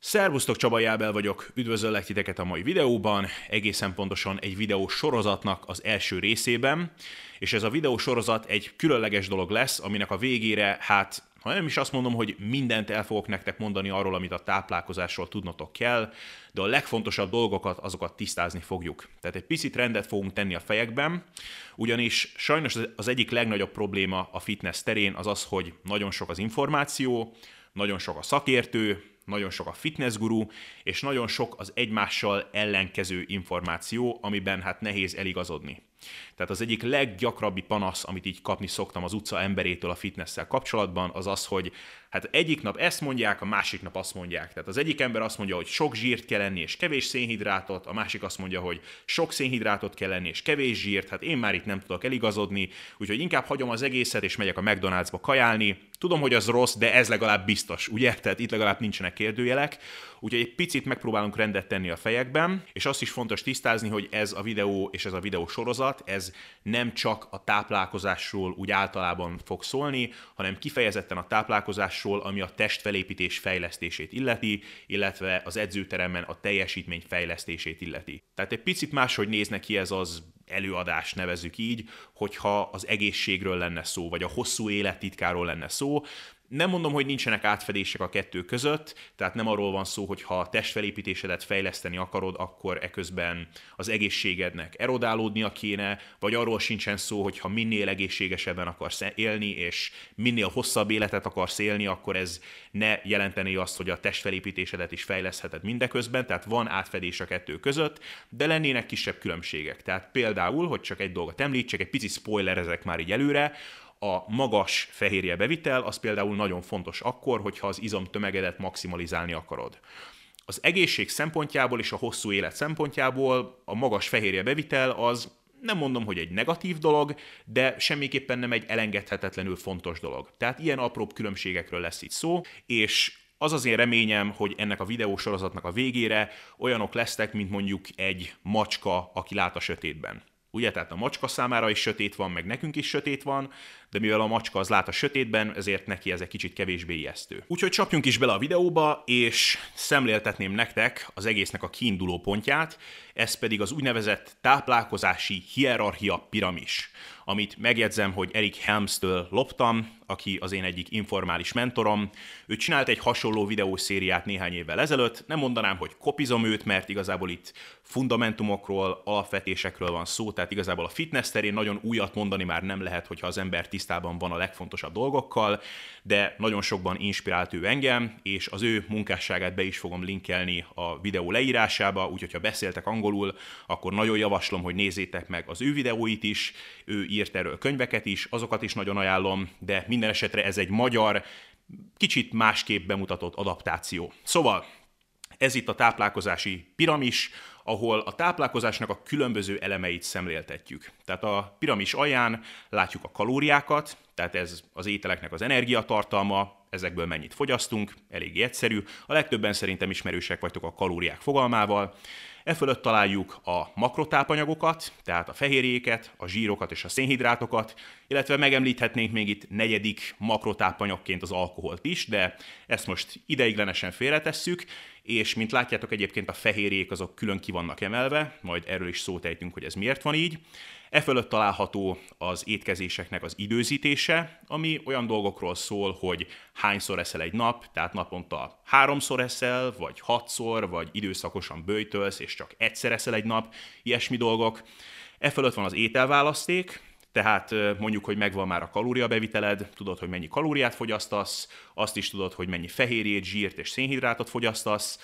Szervusztok, Csaba Jábel vagyok, üdvözöllek titeket a mai videóban, egészen pontosan egy videó sorozatnak az első részében, és ez a videó sorozat egy különleges dolog lesz, aminek a végére, ha nem is azt mondom, hogy mindent el fogok nektek mondani arról, amit a táplálkozásról tudnotok kell, de a legfontosabb dolgokat, azokat tisztázni fogjuk. Tehát egy picit rendet fogunk tenni a fejekben, ugyanis sajnos az egyik legnagyobb probléma a fitness terén az az, hogy nagyon sok az információ, nagyon sok a szakértő, nagyon sok a fitnessguru, és nagyon sok az egymással ellenkező információ, amiben nehéz eligazodni. Tehát az egyik leggyakrabbi panasz, amit így kapni szoktam az utca emberétől a fitnesszel kapcsolatban, az az, hogy egyik nap ezt mondják, a másik nap azt mondják. Tehát az egyik ember azt mondja, hogy sok zsírt kell enni és kevés szénhidrátot, a másik azt mondja, hogy sok szénhidrátot kell enni és kevés zsírt, én már itt nem tudok eligazodni, úgyhogy inkább hagyom az egészet és megyek a McDonald'sba kajálni. Tudom, hogy az rossz, de ez legalább biztos, ugye? Tehát itt legalább nincsenek kérdőjelek, úgyhogy egy picit megpróbálunk rendet tenni a fejekben, és azt is fontos tisztázni, hogy ez a videó és ez a videó sorozat, ez nem csak a táplálkozásról úgy általában fog szólni, hanem kifejezetten a táplálkozásról, ami a testfelépítés fejlesztését illeti, illetve az edzőteremben a teljesítmény fejlesztését illeti. Tehát egy picit máshogy nézne ki ez az előadás, nevezzük így, hogyha az egészségről lenne szó, vagy a hosszú élet titkáról lenne szó. Nem mondom, hogy nincsenek átfedések a kettő között, tehát nem arról van szó, hogy ha a testfelépítésedet fejleszteni akarod, akkor eközben az egészségednek erodálódnia kéne, vagy arról sincsen szó, hogy ha minél egészségesebben akarsz élni, és minél hosszabb életet akarsz élni, akkor ez ne jelenteni azt, hogy a testfelépítésedet is fejlesztheted mindeközben, tehát van átfedés a kettő között, de lennének kisebb különbségek. Tehát például, hogy csak egy dolgot említsek, egy pici spoilerezek már így előre, a magas fehérje bevitel az például nagyon fontos akkor, hogyha az izomtömegedet maximalizálni akarod. Az egészség szempontjából és a hosszú élet szempontjából a magas fehérje bevitel az nem mondom, hogy egy negatív dolog, de semmiképpen nem egy elengedhetetlenül fontos dolog. Tehát ilyen apróbb különbségekről lesz itt szó, és az az én reményem, hogy ennek a videósorozatnak a végére olyanok lesznek, mint mondjuk egy macska, aki lát a sötétben. Ugye, tehát a macska számára is sötét van, meg nekünk is sötét van, de mivel a macska az lát a sötétben, ezért neki ez egy kicsit kevésbé ijesztő. Úgyhogy csapjunk is bele a videóba, és szemléltetném nektek az egésznek a kiinduló pontját, ez pedig az úgynevezett táplálkozási hierarchia piramis, amit megjegyzem, hogy Eric Helmstől loptam, aki az én egyik informális mentorom. Ő csinált egy hasonló videószériát néhány évvel ezelőtt, nem mondanám, hogy kopizom őt, mert igazából itt fundamentumokról, alapvetésekről van szó, tehát igazából a fitness terén nagyon újat mondani már nem lehet, hogyha az ember tisztában van a legfontosabb dolgokkal, de nagyon sokban inspirált ő engem, és az ő munkásságát be is fogom linkelni a videó leírásába, úgyhogy ha beszéltek angolul, akkor nagyon javaslom, hogy nézzétek meg az ő videóit is, ő írt erről könyveket is, azokat is nagyon ajánlom, de minden esetre ez egy magyar, kicsit másképp bemutatott adaptáció. Szóval ez itt a táplálkozási piramis, ahol a táplálkozásnak a különböző elemeit szemléltetjük. Tehát a piramis alján látjuk a kalóriákat, tehát ez az ételeknek az energiatartalma, ezekből mennyit fogyasztunk, eléggé egyszerű. A legtöbben szerintem ismerősek vagytok a kalóriák fogalmával. E fölött találjuk a makrotápanyagokat, tehát a fehérjéket, a zsírokat és a szénhidrátokat, illetve megemlíthetnénk még itt negyedik makrotápanyagként az alkoholt is, de ezt most ideiglenesen félretesszük, és mint látjátok egyébként a fehérjék azok külön ki vannak emelve, majd erről is szót ejtünk, hogy ez miért van így. E fölött található az étkezéseknek az időzítése, ami olyan dolgokról szól, hogy hányszor eszel egy nap, tehát naponta 3-szor eszel, vagy 6-szor, vagy időszakosan böjtölsz, és csak egyszer eszel egy nap, ilyesmi dolgok. E fölött van az ételválaszték, tehát mondjuk, hogy megvan már a kalóriabeviteled, tudod, hogy mennyi kalóriát fogyasztasz, azt is tudod, hogy mennyi fehérjét, zsírt és szénhidrátot fogyasztasz,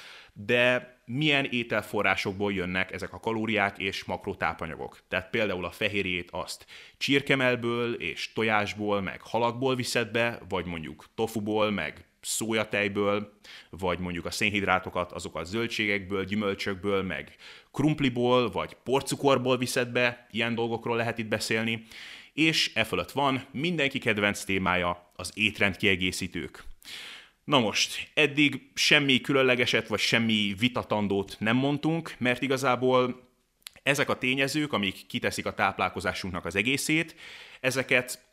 de milyen ételforrásokból jönnek ezek a kalóriák és makrotápanyagok. Tehát például a fehérjét azt csirkemelből és tojásból, meg halakból viszed be, vagy mondjuk tofuból, meg szójatejből, vagy mondjuk a szénhidrátokat azokat zöldségekből, gyümölcsökből, meg krumpliból, vagy porcukorból viszed be, ilyen dolgokról lehet itt beszélni, és e fölött van mindenki kedvenc témája, az étrendkiegészítők. Na most, eddig semmi különlegeset, vagy semmi vitatandót nem mondtunk, mert igazából ezek a tényezők, amik kiteszik a táplálkozásunknak az egészét, ezeket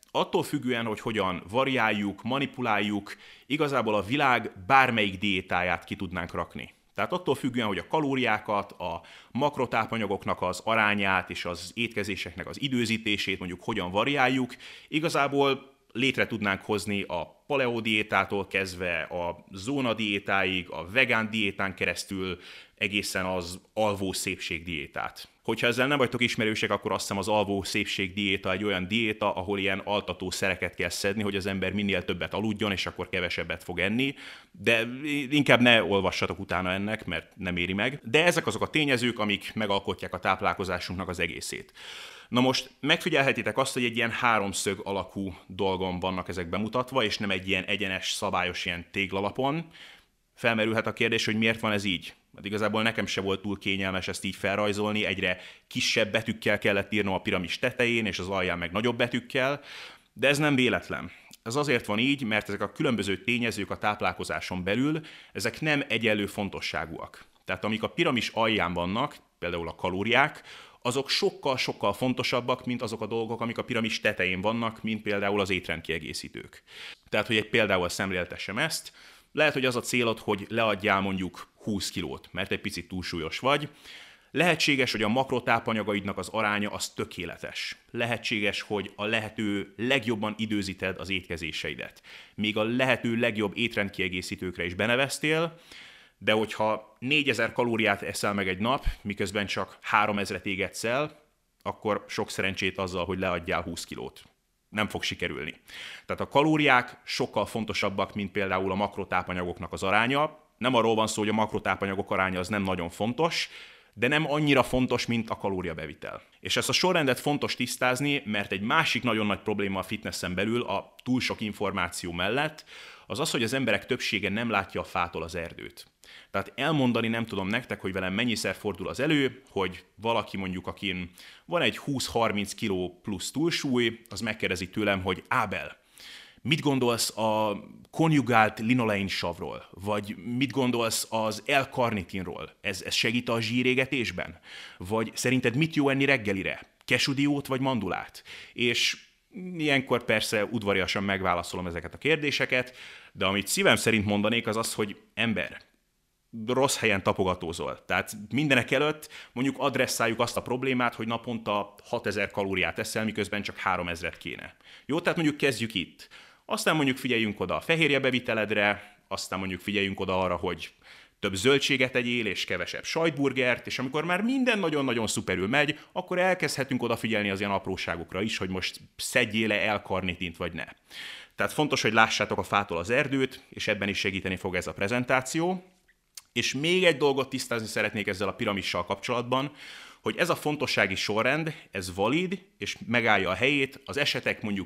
attól függően, hogy hogyan variáljuk, manipuláljuk, igazából a világ bármelyik diétáját ki tudnánk rakni. Tehát attól függően, hogy a kalóriákat, a makrotápanyagoknak az arányát és az étkezéseknek az időzítését mondjuk hogyan variáljuk, igazából létre tudnánk hozni a paleo diétától kezdve a zóna diétáig, a vegán diétán keresztül egészen az alvó szépség diétát. Hogyha ezzel nem vagytok ismerősek, akkor azt hiszem az alvó szépség diéta egy olyan diéta, ahol ilyen altató szereket kell szedni, hogy az ember minél többet aludjon, és akkor kevesebbet fog enni, de inkább ne olvassatok utána ennek, mert nem éri meg. De ezek azok a tényezők, amik megalkotják a táplálkozásunknak az egészét. Na most megfigyelhetitek azt, hogy egy ilyen háromszög alakú dolgon vannak ezek bemutatva, és nem egy ilyen egyenes, szabályos ilyen téglalapon. Felmerülhet a kérdés, hogy miért van ez így. Hát igazából nekem se volt túl kényelmes ezt így felrajzolni, egyre kisebb betűkkel kellett írnom a piramis tetején, és az alján meg nagyobb betűkkel, de ez nem véletlen. Ez azért van így, mert ezek a különböző tényezők a táplálkozáson belül, ezek nem egyenlő fontosságúak. Tehát amik a piramis alján vannak, például a kalóriák, azok sokkal-sokkal fontosabbak, mint azok a dolgok, amik a piramis tetején vannak, mint például az étrendkiegészítők. Tehát, hogy egy példával szemléltessem ezt, lehet, hogy az a célod, hogy leadjál mondjuk 20 kilót, mert egy picit túlsúlyos vagy. Lehetséges, hogy a makrotápanyagaidnak az aránya az tökéletes. Lehetséges, hogy a lehető legjobban időzíted az étkezéseidet. Még a lehető legjobb étrendkiegészítőkre is beneveztél, de hogyha 4000 kalóriát eszel meg egy nap, miközben csak 3000-et égetsz el, akkor sok szerencsét azzal, hogy leadjál 20 kilót. Nem fog sikerülni. Tehát a kalóriák sokkal fontosabbak, mint például a makrotápanyagoknak az aránya. Nem arról van szó, hogy a makrotápanyagok aránya az nem nagyon fontos, de nem annyira fontos, mint a kalóriabevitel. És ezt a sorrendet fontos tisztázni, mert egy másik nagyon nagy probléma a fitnessen belül, a túl sok információ mellett, az az, hogy az emberek többsége nem látja a fától az erdőt. Tehát elmondani nem tudom nektek, hogy velem mennyiszer fordul az elő, hogy valaki mondjuk, akin van egy 20-30 kg plusz túlsúly, az megkérdezi tőlem, hogy Ábel, mit gondolsz a konjugált linoleinsavról? Vagy mit gondolsz az L-karnitinról? Ez segít a zsírégetésben? Vagy szerinted mit jó enni reggelire? Kesudiót vagy mandulát? És ilyenkor persze udvariasan megválaszolom ezeket a kérdéseket, de amit szívem szerint mondanék, az az, hogy ember, rossz helyen tapogatózol. Tehát mindenek előtt mondjuk adresszáljuk azt a problémát, hogy naponta 6000 kalóriát eszel, miközben csak 3000-et kéne. Jó, tehát mondjuk kezdjük itt. Aztán mondjuk figyeljünk oda a fehérjebeviteledre, aztán mondjuk figyeljünk oda arra, hogy több zöldséget egyél és kevesebb sajtburgert, és amikor már minden nagyon-nagyon szuperül megy, akkor elkezdhetünk odafigyelni az ilyen apróságokra is, hogy most szedjél-e L-karnitint vagy ne. Tehát fontos, hogy lássátok a fától az erdőt, és ebben is segíteni fog ez a prezentáció. És még egy dolgot tisztázni szeretnék ezzel a piramissal kapcsolatban, hogy ez a fontossági sorrend, ez valid, és megállja a helyét az esetek mondjuk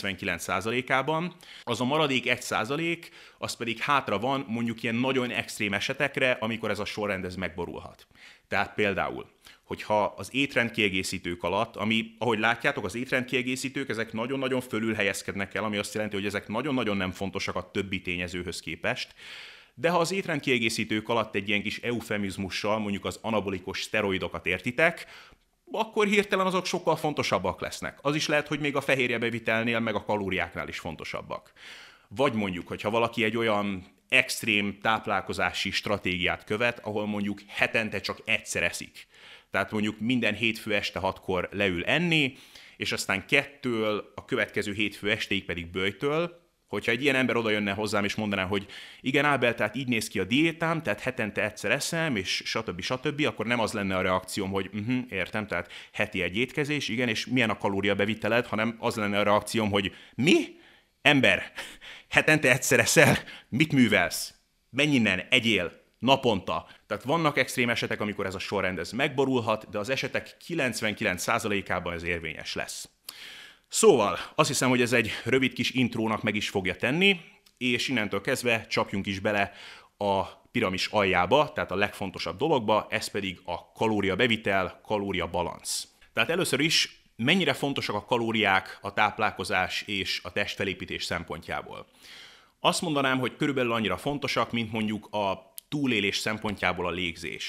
99%-ában, az a maradék 1%, az pedig hátra van mondjuk ilyen nagyon extrém esetekre, amikor ez a sorrend ez megborulhat. Tehát például, hogyha az étrendkiegészítők alatt, ami, ahogy látjátok, az étrendkiegészítők, ezek nagyon-nagyon fölül helyezkednek el, ami azt jelenti, hogy ezek nagyon-nagyon nem fontosak a többi tényezőhöz képest, de ha az étrendkiegészítők alatt egy ilyen kis eufemizmussal mondjuk az anabolikus szteroidokat értitek, akkor hirtelen azok sokkal fontosabbak lesznek. Az is lehet, hogy még a fehérjebevitelnél, meg a kalóriáknál is fontosabbak. Vagy mondjuk, hogyha valaki egy olyan extrém táplálkozási stratégiát követ, ahol mondjuk hetente csak egyszer eszik. Tehát mondjuk minden hétfő este 6-kor leül enni, és aztán 2-től a következő hétfő estéig pedig böjtöl. Hogyha egy ilyen ember oda jönne hozzám és mondaná, hogy igen, Ábel, tehát így néz ki a diétám, tehát hetente egyszer eszem, és stb., akkor nem az lenne a reakcióm, hogy értem, tehát heti egy étkezés, igen, és milyen a kalóriabeviteled, hanem az lenne a reakcióm, hogy mi? Ember, hetente egyszer eszel, mit művelsz? Menj innen, egyél, naponta. Tehát vannak extrém esetek, amikor ez a sorrend ez megborulhat, de az esetek 99%-ában ez érvényes lesz. Szóval azt hiszem, hogy ez egy rövid kis intrónak meg is fogja tenni, és innentől kezdve csapjunk is bele a piramis aljába, tehát a legfontosabb dologba, ez pedig a kalóriabevitel, kalóriabalansz. Tehát először is mennyire fontosak a kalóriák a táplálkozás és a testfelépítés szempontjából. Azt mondanám, hogy körülbelül annyira fontosak, mint mondjuk a túlélés szempontjából a légzés.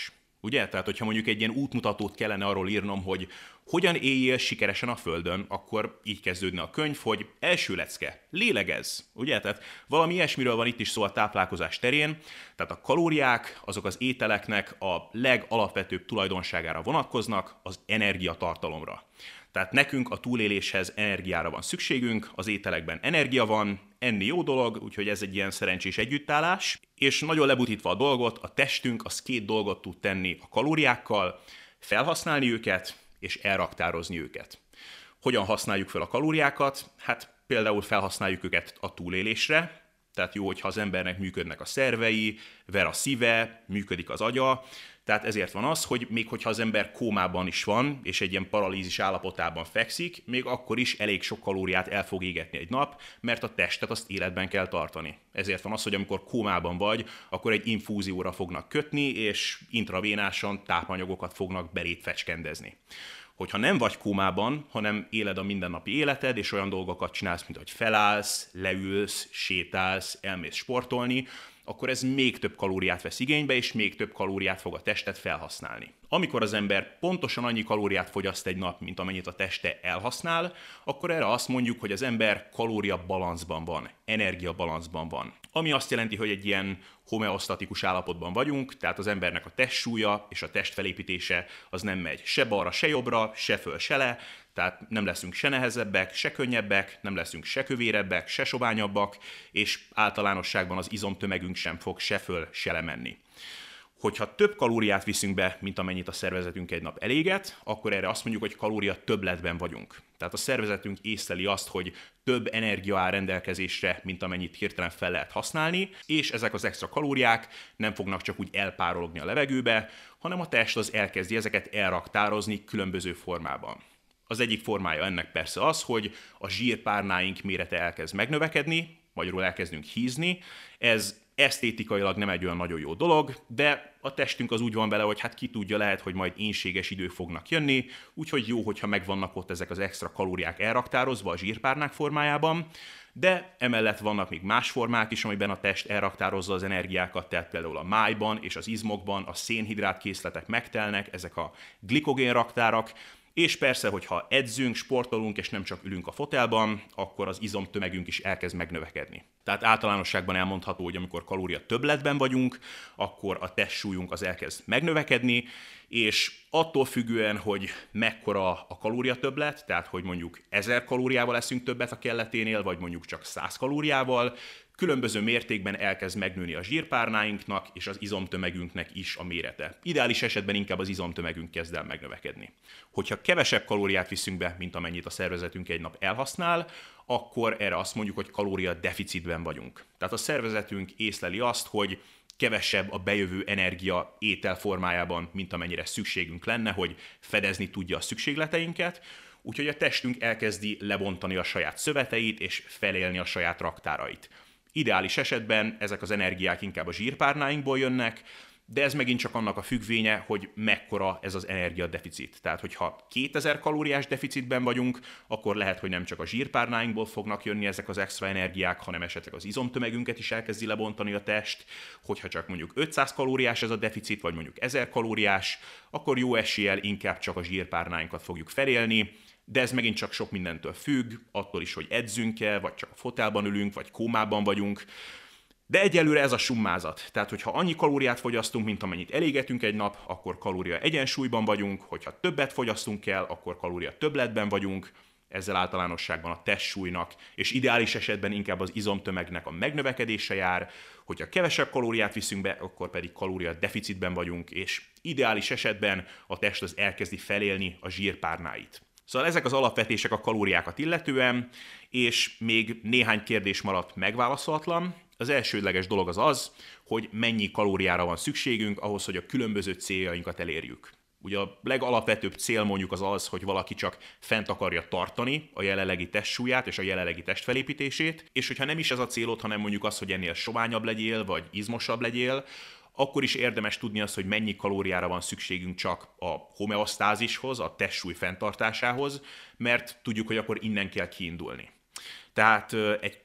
Ugye? Tehát, hogyha mondjuk egy ilyen útmutatót kellene arról írnom, hogy hogyan éljél sikeresen a Földön, akkor így kezdődne a könyv, hogy első lecke, lélegezz. Ugye? Tehát valami ilyesmiről van itt is szó a táplálkozás terén. Tehát a kalóriák, azok az ételeknek a legalapvetőbb tulajdonságára vonatkoznak, az energiatartalomra. Tehát nekünk a túléléshez energiára van szükségünk, az ételekben energia van, enni jó dolog, úgyhogy ez egy ilyen szerencsés együttállás. És nagyon lebutítva a dolgot, a testünk az két dolgot tud tenni a kalóriákkal, felhasználni őket és elraktározni őket. Hogyan használjuk fel a kalóriákat? Hát például felhasználjuk őket a túlélésre, tehát jó, hogyha az embernek működnek a szervei, ver a szíve, működik az agya, tehát ezért van az, hogy még hogyha az ember kómában is van, és egy ilyen paralízis állapotában fekszik, még akkor is elég sok kalóriát el fog égetni egy nap, mert a testet azt életben kell tartani. Ezért van az, hogy amikor kómában vagy, akkor egy infúzióra fognak kötni, és intravénásan tápanyagokat fognak beléd fecskendezni. Hogyha nem vagy kómában, hanem éled a mindennapi életed, és olyan dolgokat csinálsz, mint hogy felállsz, leülsz, sétálsz, elmész sportolni, akkor ez még több kalóriát vesz igénybe, és még több kalóriát fog a tested felhasználni. Amikor az ember pontosan annyi kalóriát fogyaszt egy nap, mint amennyit a teste elhasznál, akkor erre azt mondjuk, hogy az ember kalóriabalanszban van, energiabalanszban van. Ami azt jelenti, hogy egy ilyen homeosztatikus állapotban vagyunk, tehát az embernek a testsúlya és a testfelépítése az nem megy se balra, se jobbra, se föl, se le, tehát nem leszünk se nehezebbek, se könnyebbek, nem leszünk se kövérebbek, se soványabbak, és általánosságban az izomtömegünk sem fog se föl, se lemenni. Hogyha több kalóriát viszünk be, mint amennyit a szervezetünk egy nap eléget, akkor erre azt mondjuk, hogy kalória többletben vagyunk. Tehát a szervezetünk észleli azt, hogy több energia áll rendelkezésre, mint amennyit hirtelen fel lehet használni, és ezek az extra kalóriák nem fognak csak úgy elpárologni a levegőbe, hanem a test az elkezdi ezeket elraktározni különböző formában. Az egyik formája ennek persze az, hogy a zsírpárnáink mérete elkezd megnövekedni, magyarul elkezdünk hízni. Ez esztétikailag nem egy olyan nagyon jó dolog, de a testünk az úgy van vele, hogy hát ki tudja, lehet, hogy majd énséges idők fognak jönni, úgyhogy jó, hogyha megvannak ott ezek az extra kalóriák elraktározva a zsírpárnák formájában, de emellett vannak még más formák is, amiben a test elraktározza az energiákat, tehát például a májban és az izmokban a szénhidrát készletek megtelnek, ezek a glikogénraktárak, és persze, hogyha edzünk, sportolunk, és nem csak ülünk a fotelban, akkor az izomtömegünk is elkezd megnövekedni. Tehát általánosságban elmondható, hogy amikor kalória többletben vagyunk, akkor a testsúlyunk az elkezd megnövekedni, és attól függően, hogy mekkora a kalória többlet, tehát hogy mondjuk 1000 kalóriával eszünk többet a kelleténél, vagy mondjuk csak 100 kalóriával, különböző mértékben elkezd megnőni a zsírpárnáinknak és az izomtömegünknek is a mérete. Ideális esetben inkább az izomtömegünk kezd el megnövekedni. Hogyha kevesebb kalóriát viszünk be, mint amennyit a szervezetünk egy nap elhasznál, akkor erre azt mondjuk, hogy kalóriadeficitben vagyunk. Tehát a szervezetünk észleli azt, hogy kevesebb a bejövő energia étel formájában, mint amennyire szükségünk lenne, hogy fedezni tudja a szükségleteinket, úgyhogy a testünk elkezdi lebontani a saját szöveteit és felélni a saját raktárait. Ideális esetben ezek az energiák inkább a zsírpárnáinkból jönnek, de ez megint csak annak a függvénye, hogy mekkora ez az energiadeficit. Tehát, hogyha 2000 kalóriás deficitben vagyunk, akkor lehet, hogy nem csak a zsírpárnáinkból fognak jönni ezek az extra energiák, hanem esetleg az izomtömegünket is elkezdi lebontani a test. Hogyha csak mondjuk 500 kalóriás ez a deficit, vagy mondjuk 1000 kalóriás, akkor jó eséllyel inkább csak a zsírpárnáinkat fogjuk felélni, de ez megint csak sok mindentől függ, attól is, hogy edzünk-e, vagy csak a fotelban ülünk, vagy kómában vagyunk. De egyelőre ez a summázat. Tehát, hogyha annyi kalóriát fogyasztunk, mint amennyit elégetünk egy nap, akkor kalória egyensúlyban vagyunk, hogyha többet fogyasztunk el, akkor kalória többletben vagyunk, ezzel általánosságban a testsúlynak, és ideális esetben inkább az izomtömegnek a megnövekedése jár, hogyha kevesebb kalóriát viszünk be, akkor pedig kalória deficitben vagyunk, és ideális esetben a test az elkezdi felélni a zsírpárnáit. Szóval ezek az alapvetések a kalóriákat illetően, és még néhány kérdés maradt megválaszolatlan. Az elsődleges dolog az az, hogy mennyi kalóriára van szükségünk ahhoz, hogy a különböző céljainkat elérjük. Ugye a legalapvetőbb cél mondjuk az az, hogy valaki csak fent akarja tartani a jelenlegi testsúlyát és a jelenlegi testfelépítését, és hogyha nem is ez a célod, hanem mondjuk az, hogy ennél soványabb legyél, vagy izmosabb legyél, akkor is érdemes tudni azt, hogy mennyi kalóriára van szükségünk csak a homeosztázishoz, a testsúly fenntartásához, mert tudjuk, hogy akkor innen kell kiindulni. Tehát egy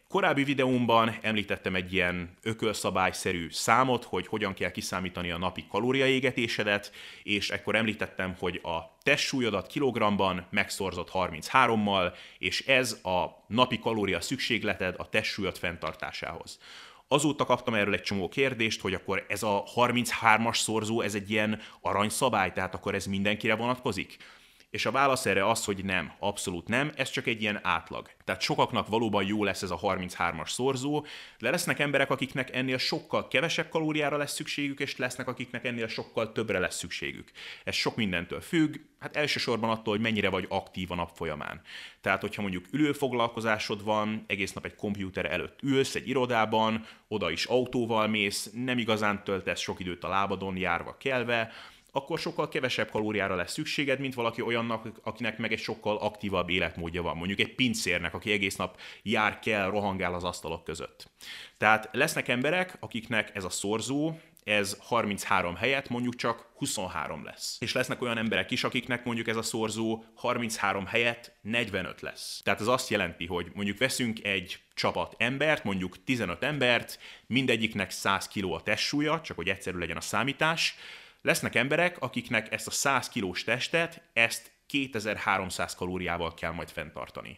Korábbi videómban említettem egy ilyen ökölszabályszerű számot, hogy hogyan kell kiszámítani a napi kalóriaégetésedet, és ekkor említettem, hogy a testsúlyodat kilogramban megszorzott 33-mal, és ez a napi kalória szükségleted a testsúlyod fenntartásához. Azóta kaptam erről egy csomó kérdést, hogy akkor ez a 33-as szorzó, ez egy ilyen aranyszabály, tehát akkor ez mindenkire vonatkozik? És a válasz erre az, hogy nem, abszolút nem, ez csak egy ilyen átlag. Tehát sokaknak valóban jó lesz ez a 33-as szorzó, de lesznek emberek, akiknek ennél sokkal kevesebb kalóriára lesz szükségük, és lesznek, akiknek ennél sokkal többre lesz szükségük. Ez sok mindentől függ, hát elsősorban attól, hogy mennyire vagy aktív a nap folyamán. Tehát, hogyha mondjuk ülőfoglalkozásod van, egész nap egy kompjúter előtt ülsz, egy irodában, oda is autóval mész, nem igazán töltesz sok időt a lábadon járva kelve, akkor sokkal kevesebb kalóriára lesz szükséged, mint valaki olyannak, akinek meg egy sokkal aktívabb életmódja van. Mondjuk egy pincérnek, aki egész nap jár, kell, rohangál az asztalok között. Tehát lesznek emberek, akiknek ez a szorzó, ez 33 helyett mondjuk csak 23 lesz. És lesznek olyan emberek is, akiknek mondjuk ez a szorzó 33 helyett 45 lesz. Tehát ez azt jelenti, hogy mondjuk veszünk egy csapat embert, mondjuk 15 embert, mindegyiknek 100 kg a testsúlya, csak hogy egyszerű legyen a számítás. Lesznek emberek, akiknek ezt a 100 kilós testet, ezt 2300 kalóriával kell majd fenntartani.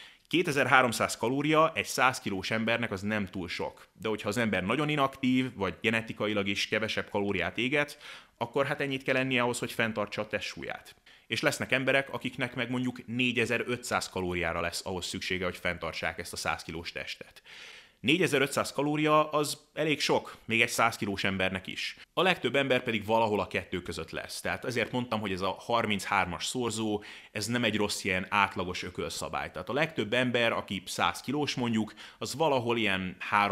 2300 kalória egy 100 kilós embernek az nem túl sok, de hogyha az ember nagyon inaktív, vagy genetikailag is kevesebb kalóriát éget, akkor hát ennyit kell ennie ahhoz, hogy fenntartsa a testsúlyát. És lesznek emberek, akiknek meg mondjuk 4500 kalóriára lesz ahhoz szüksége, hogy fenntartsák ezt a 100 kilós testet. 4500 kalória az elég sok, még egy 100 kilós embernek is. A legtöbb ember pedig valahol a kettő között lesz. Tehát ezért mondtam, hogy ez a 33-as szorzó, ez nem egy rossz ilyen átlagos ökölszabály. Tehát a legtöbb ember, aki 100 kilós mondjuk, az valahol ilyen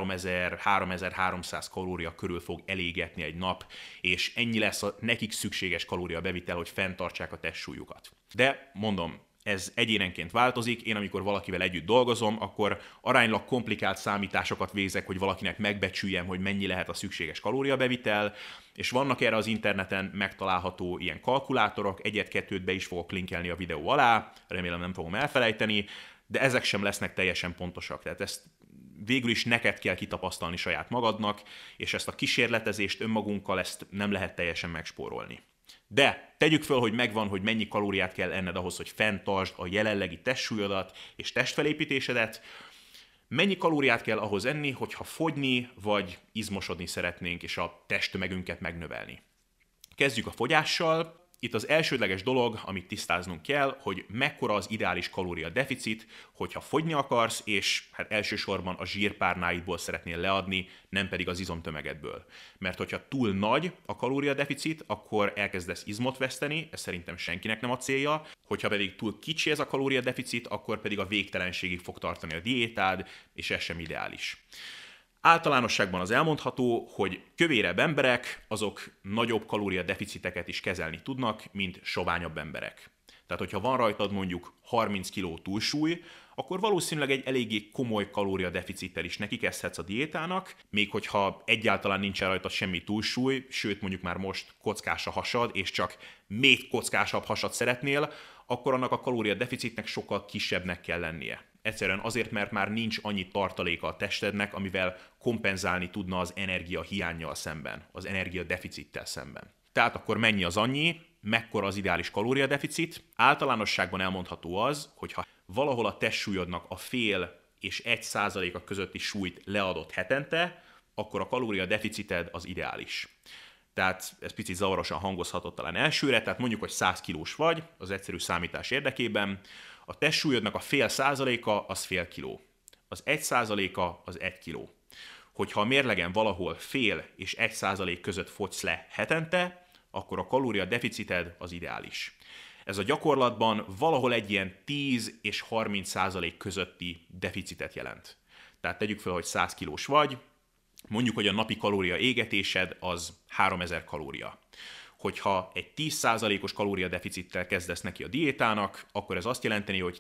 3000-3300 kalória körül fog elégetni egy nap, és ennyi lesz a nekik szükséges kalóriabevitel, hogy fenntartsák a testsúlyukat. De mondom, ez egyénenként változik. Én amikor valakivel együtt dolgozom, akkor aránylag komplikált számításokat végzek, hogy valakinek megbecsüljem, hogy mennyi lehet a szükséges kalóriabevitel, és vannak erre az interneten megtalálható ilyen kalkulátorok, egyet-kettőt be is fogok linkelni a videó alá, remélem nem fogom elfelejteni, de ezek sem lesznek teljesen pontosak. Tehát ezt végül is neked kell kitapasztalni saját magadnak, és ezt a kísérletezést önmagunkkal ezt nem lehet teljesen megspórolni. De tegyük föl, hogy megvan, hogy mennyi kalóriát kell enned ahhoz, hogy fenntartsd a jelenlegi testsúlyodat és testfelépítésedet. Mennyi kalóriát kell ahhoz enni, hogyha fogyni vagy izmosodni szeretnénk, és a testtömegünket megnövelni. Kezdjük a fogyással. Itt az elsődleges dolog, amit tisztáznunk kell, hogy mekkora az ideális kalóriadeficit, hogyha fogyni akarsz, és hát elsősorban a zsírpárnáidból szeretnél leadni, nem pedig az izomtömegedből. Mert hogyha túl nagy a kalóriadeficit, akkor elkezdesz izmot veszteni, ez szerintem senkinek nem a célja, hogyha pedig túl kicsi ez a kalóriadeficit, akkor pedig a végtelenségig fog tartani a diétád, és ez sem ideális. Általánosságban az elmondható, hogy kövérebb emberek, azok nagyobb kalóriadeficiteket is kezelni tudnak, mint soványabb emberek. Tehát, hogyha van rajtad mondjuk 30 kg túlsúly, akkor valószínűleg egy eléggé komoly kalóriadeficittel is nekikezdhetsz a diétának, még hogyha egyáltalán nincsen rajtad semmi túlsúly, sőt mondjuk már most kockás a hasad, és csak még kockásabb hasad szeretnél, akkor annak a kalóriadeficitnek sokkal kisebbnek kell lennie. Egyszerűen azért, mert már nincs annyi tartaléka a testednek, amivel kompenzálni tudna az energia hiánnyal szemben, az energia deficittel szemben. Tehát akkor mennyi az annyi, mekkora az ideális kalóriadeficit? Általánosságban elmondható az, hogyha valahol a testsúlyodnak a fél és 1%-a közötti súlyt leadott hetente, akkor a kalóriadeficited az ideális. Tehát ez picit zavarosan hangozhatott talán elsőre, tehát mondjuk, hogy 100 kilós vagy, az egyszerű számítás érdekében, a testsúlyodnak a fél százaléka az fél kiló. Az 1%-a az 1 kiló. Hogyha a mérlegen valahol fél és 1% között fogysz le hetente, akkor a kalóriadeficited az ideális. Ez a gyakorlatban valahol egy ilyen 10 és 30% közötti deficitet jelent. Tehát tegyük fel, hogy 100 kilós vagy, mondjuk, hogy a napi kalória égetésed az 3000 kalória. Hogyha egy 10%-os kalóriadeficittel kezdesz neki a diétának, akkor ez azt jelenteni, hogy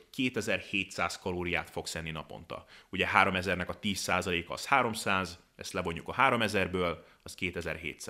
2700 kalóriát fogsz enni naponta. Ugye 3000-nek a 10%-a az 300, ezt levonjuk a 3000-ből, az 2700.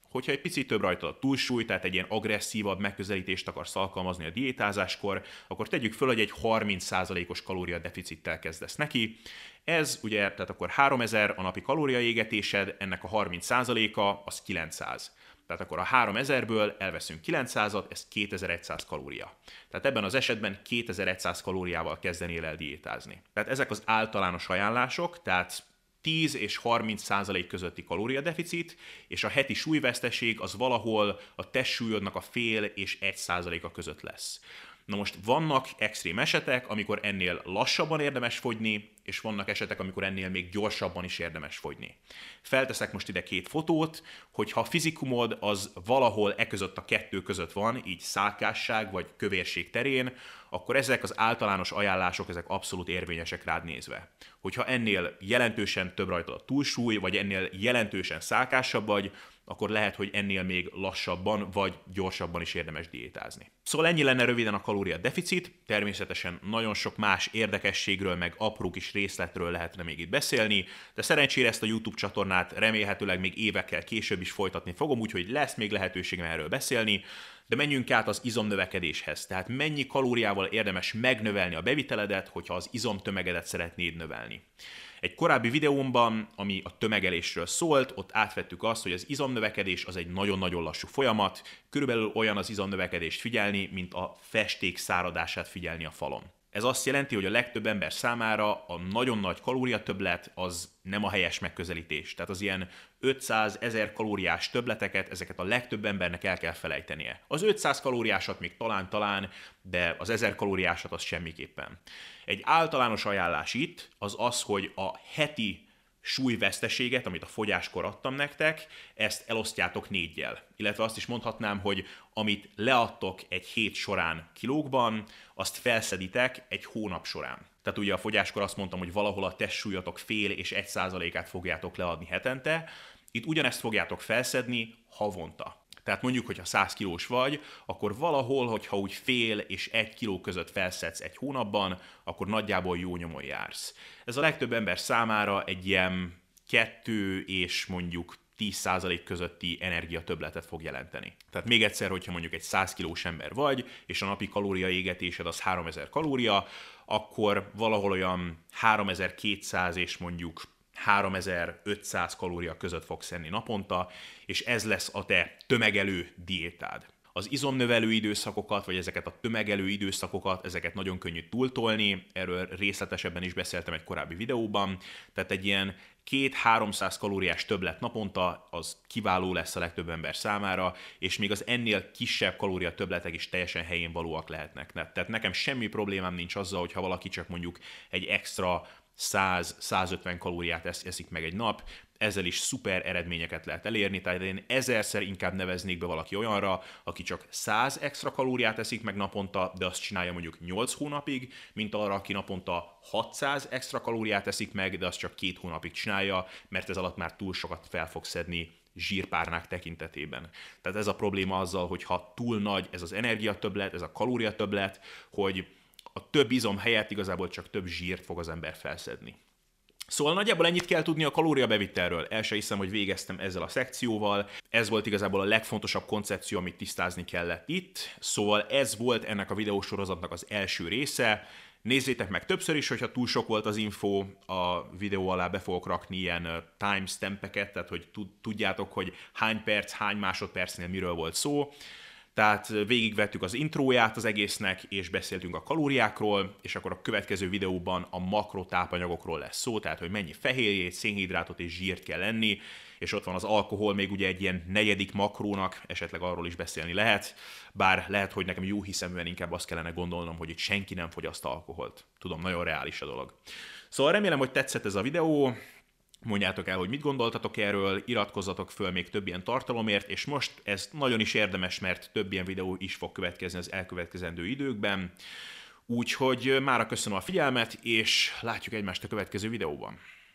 Hogyha egy picit több rajta a túlsúly, tehát egy ilyen agresszívabb megközelítést akarsz alkalmazni a diétázáskor, akkor tegyük föl, hogy egy 30%-os kalóriadeficittel kezdesz neki. Ez ugye, tehát akkor 3000 a napi kalóriaégetésed, ennek a 30%-a az 900. Tehát akkor a 3000-ből elveszünk 900-at, ez 2100 kalória. Tehát ebben az esetben 2100 kalóriával kezdenél el diétázni. Tehát ezek az általános ajánlások, tehát 10 és 30% közötti kalóriadeficit, és a heti súlyveszteség az valahol a testsúlyodnak a fél és 1%-a között lesz. Na most vannak extrém esetek, amikor ennél lassabban érdemes fogyni, és vannak esetek, amikor ennél még gyorsabban is érdemes fogyni. Felteszek most ide 2 fotót, hogyha a fizikumod az valahol között a 2 között van, így szálkásság vagy kövérség terén, akkor ezek az általános ajánlások, ezek abszolút érvényesek rád nézve. Hogyha ennél jelentősen több rajtad a túlsúly, vagy ennél jelentősen szálkásabb vagy, akkor lehet, hogy ennél még lassabban vagy gyorsabban is érdemes diétázni. Szóval ennyi lenne röviden a kalóriadeficit, természetesen nagyon sok más érdekességről, meg apró kis részletről lehetne még itt beszélni, de szerencsére ezt a YouTube csatornát remélhetőleg még évekkel később is folytatni fogom, úgyhogy lesz még lehetőségem erről beszélni, de menjünk át az izomnövekedéshez. Tehát mennyi kalóriával érdemes megnövelni a beviteledet, hogyha az izomtömegedet szeretnéd növelni. Egy korábbi videómban, ami a tömegelésről szólt, ott átvettük azt, hogy az izomnövekedés az egy nagyon-nagyon lassú folyamat, körülbelül olyan az izomnövekedést figyelni, mint a festék száradását figyelni a falon. Ez azt jelenti, hogy a legtöbb ember számára a nagyon nagy kalóriatöbblet az nem a helyes megközelítés. Tehát az ilyen 500-1000 kalóriás többleteket, ezeket a legtöbb embernek el kell felejtenie. Az 500 kalóriásat még talán, de az 1000 kalóriásat az semmiképpen. Egy általános ajánlás itt az az, hogy a heti súlyveszteséget, amit a fogyáskor adtam nektek, ezt elosztjátok 4-jel. Illetve azt is mondhatnám, hogy amit leadtok egy hét során kilókban, azt felszeditek egy hónap során. Tehát ugye a fogyáskor azt mondtam, hogy valahol a testsúlyotok fél és 1%-át fogjátok leadni hetente, itt ugyanezt fogjátok felszedni havonta. Tehát mondjuk, hogyha 100 kilós vagy, akkor valahol, hogyha úgy fél és 1 kiló között felszedsz egy hónapban, akkor nagyjából jó nyomon jársz. Ez a legtöbb ember számára egy ilyen 2 és mondjuk 10% közötti energiatöbbletet fog jelenteni. Tehát még egyszer, hogyha mondjuk egy 100 kilós ember vagy, és a napi kalóriaégetésed az 3000 kalória, akkor valahol olyan 3200 és mondjuk 3500 kalória között fogsz enni naponta, és ez lesz a te tömegelő diétád. Az izomnövelő időszakokat, vagy ezeket a tömegelő időszakokat, ezeket nagyon könnyű túltolni, erről részletesebben is beszéltem egy korábbi videóban, tehát egy ilyen 200-300 kalóriás többlet naponta, az kiváló lesz a legtöbb ember számára, és még az ennél kisebb kalória többletek is teljesen helyén valóak lehetnek. Tehát nekem semmi problémám nincs azzal, hogyha valaki csak mondjuk egy extra 100-150 kalóriát eszik meg egy nap, ezzel is szuper eredményeket lehet elérni, tehát én 1000-szer inkább neveznék be valaki olyanra, aki csak 100 extra kalóriát eszik meg naponta, de azt csinálja mondjuk 8 hónapig, mint arra, aki naponta 600 extra kalóriát eszik meg, de azt csak 2 hónapig csinálja, mert ez alatt már túl sokat fel fog szedni zsírpárnák tekintetében. Tehát ez a probléma azzal, hogyha túl nagy ez az energiatöbblet, ez a kalóriatöbblet, hogy a több izom helyett igazából csak több zsírt fog az ember felszedni. Szóval nagyjából ennyit kell tudni a kalóriabevitelről. El se hiszem, hogy végeztem ezzel a szekcióval. Ez volt igazából a legfontosabb koncepció, amit tisztázni kellett itt. Szóval ez volt ennek a videósorozatnak az első része. Nézzétek meg többször is, hogyha túl sok volt az info, a videó alá be fogok rakni ilyen timestampeket, tehát hogy tudjátok, hogy hány perc, hány másodpercnél miről volt szó. Tehát végigvettük az intróját az egésznek, és beszéltünk a kalóriákról, és akkor a következő videóban a makrotápanyagokról lesz szó, tehát hogy mennyi fehérjét, szénhidrátot és zsírt kell enni, és ott van az alkohol, még ugye egy ilyen 4. makrónak, esetleg arról is beszélni lehet, bár lehet, hogy nekem jó hiszeműen inkább azt kellene gondolnom, hogy itt senki nem fogyaszt alkoholt. Tudom, nagyon reális a dolog. Szóval remélem, hogy tetszett ez a videó. Mondjátok el, hogy mit gondoltatok erről, iratkozzatok föl még több ilyen tartalomért, és most ez nagyon is érdemes, mert több ilyen videó is fog következni az elkövetkezendő időkben. Úgyhogy mára köszönöm a figyelmet, és látjuk egymást a következő videóban.